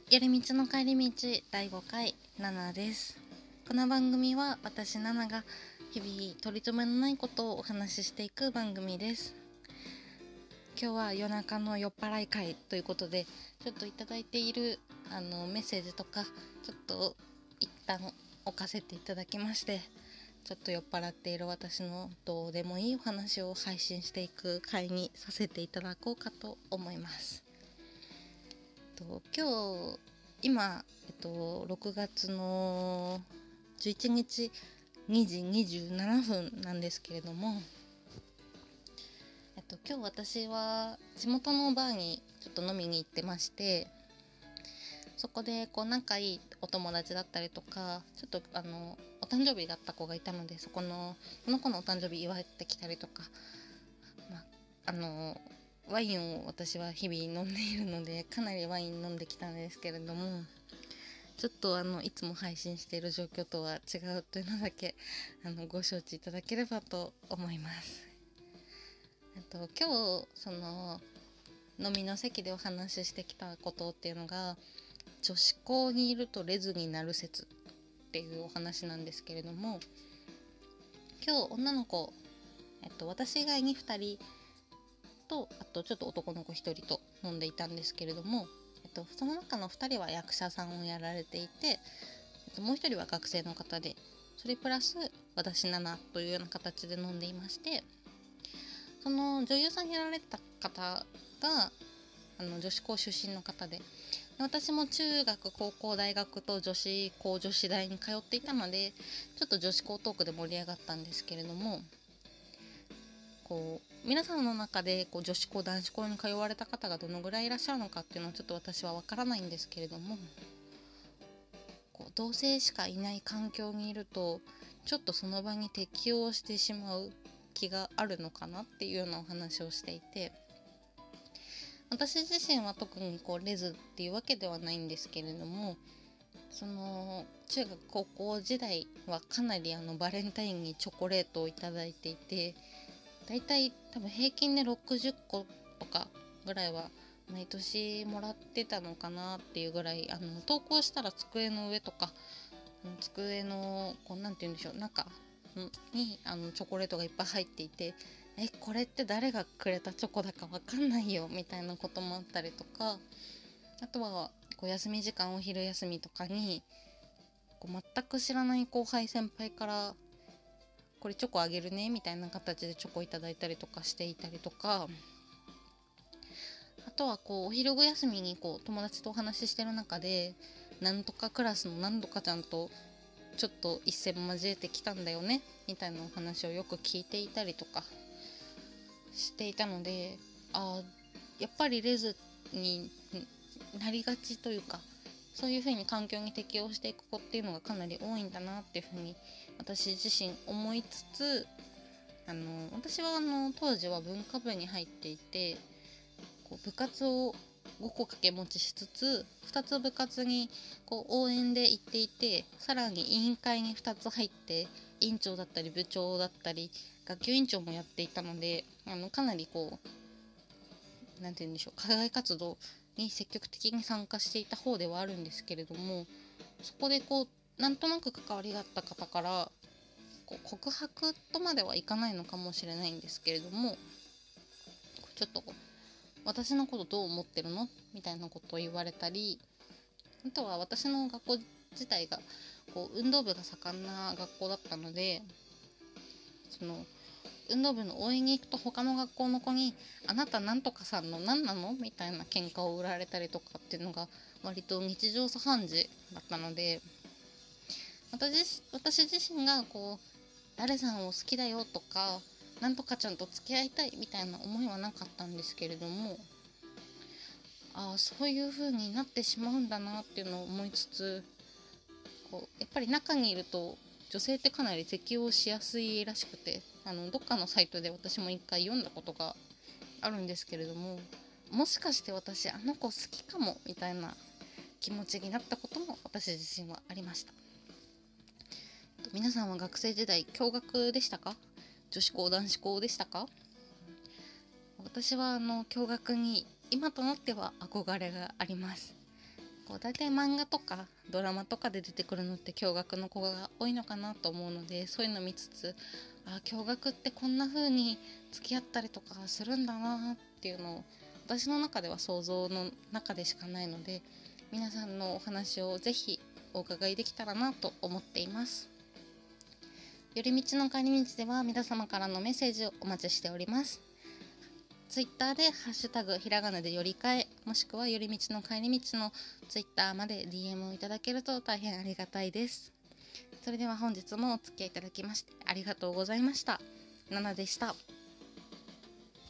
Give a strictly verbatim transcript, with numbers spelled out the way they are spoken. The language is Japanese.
寄り道の帰り道だいごかいナナです。この番組は私ナナが日々取り留めのないことをお話ししていく番組です。今日は夜中の酔っ払い会ということで、ちょっといただいているあのメッセージとかちょっと一旦置かせていただきまして、ちょっと酔っ払っている私のどうでもいいお話を配信していく回にさせていただこうかと思います。と今日今、えっと、ろくがつのじゅういちにちにじにじゅうななふんなんですけれども、えっと、今日私は地元のバーにちょっと飲みに行ってまして、そこでこう仲いいお友達だったりとか、ちょっとあのお誕生日だった子がいたので、そこのその子のお誕生日祝ってきたりとか、まあ、あのワインを私は日々飲んでいるので、かなりワイン飲んできたんですけれども、ちょっとあのいつも配信している状況とは違うというのだけあのご承知いただければと思います。と今日その飲みの席でお話ししてきたことっていうのが、女子校にいるとレズになる説っていうお話なんですけれども、今日女の子、えっと、私以外にふたりと、あとちょっと男の子ひとりと飲んでいたんですけれども、えっと、その中のふたりは役者さんをやられていて、えっと、もうひとりは学生の方で、それプラス私ナナというような形で飲んでいまして、その女優さんやられた方があの女子校出身の方で、私も中学高校大学と女子校女子大に通っていたので、ちょっと女子校トークで盛り上がったんですけれども、こう皆さんの中でこう女子校男子校に通われた方がどのぐらいいらっしゃるのかっていうのはちょっと私は分からないんですけれども、こう同性しかいない環境にいるとちょっとその場に適応してしまう気があるのかなっていうようなお話をしていて、私自身は特にこうレズっていうわけではないんですけれども、その中学高校時代はかなりあのバレンタインにチョコレートをいただいていて、だいたい多分平均でろくじゅっことかぐらいは毎年もらってたのかなっていうぐらい、あの投稿したら机の上とか机のこうなんて言うんでしょう、中にあのチョコレートがいっぱい入っていて、えこれって誰がくれたチョコだかわかんないよみたいなこともあったりとか、あとはこう休み時間お昼休みとかにこう全く知らない後輩先輩からこれチョコあげるねみたいな形でチョコいただいたりとかしていたりとか、あとはこうお昼休みにこう友達とお話ししてる中で、なんとかクラスのなんとかちゃんとちょっと一戦交えてきたんだよねみたいなお話をよく聞いていたりとかしていたので、あやっぱりレズになりがちというか、そういう風に環境に適応していく子っていうのがかなり多いんだなっていう風に私自身思いつつ、あの私はあの当時は文化部に入っていて、こう部活をごこ掛け持ちしつつふたつ部活にこう応援で行っていて、さらに委員会にふたつ入って委員長だったり部長だったり学級委員長もやっていたので、あのかなりこうなんて言うんでしょう、課外活動に積極的に参加していた方ではあるんですけれども、そこでこうなんとなく関わりがあった方からこう告白とまではいかないのかもしれないんですけれども、ちょっとこう私のことどう思ってるのみたいなことを言われたり、あとは私の学校自体がこう運動部が盛んな学校だったので、その運動部の応援に行くと他の学校の子にあなたなんとかさんの何なのみたいな喧嘩を売られたりとかっていうのが割と日常茶飯事だったので、私私自身がこう誰さんを好きだよとかなんとかちゃんと付き合いたいみたいな思いはなかったんですけれども、ああそういう風になってしまうんだなっていうのを思いつつ、こうやっぱり中にいると女性ってかなり適応しやすいらしくて、あのどっかのサイトで私も一回読んだことがあるんですけれども、もしかして私あの子好きかもみたいな気持ちになったことも私自身はありました。皆さんは学生時代共学でしたか？女子校男子校でしたか？私はあの共学に今となっては憧れがあります。 こう大体漫画とかドラマとかで出てくるのって共学の子が多いのかなと思うので、そういうの見つつ、あ、共学ってこんな風に付き合ったりとかするんだなっていうのを私の中では想像の中でしかないので、皆さんのお話をぜひお伺いできたらなと思っています。寄り道の帰り道では皆様からのメッセージをお待ちしております。ツイッターでハッシュタグひらがなで寄り換え、もしくは寄り道の帰り道のツイッターまで ディーエム をいただけると大変ありがたいです。それでは本日もお付き合いいただきましてありがとうございました。ナナでした。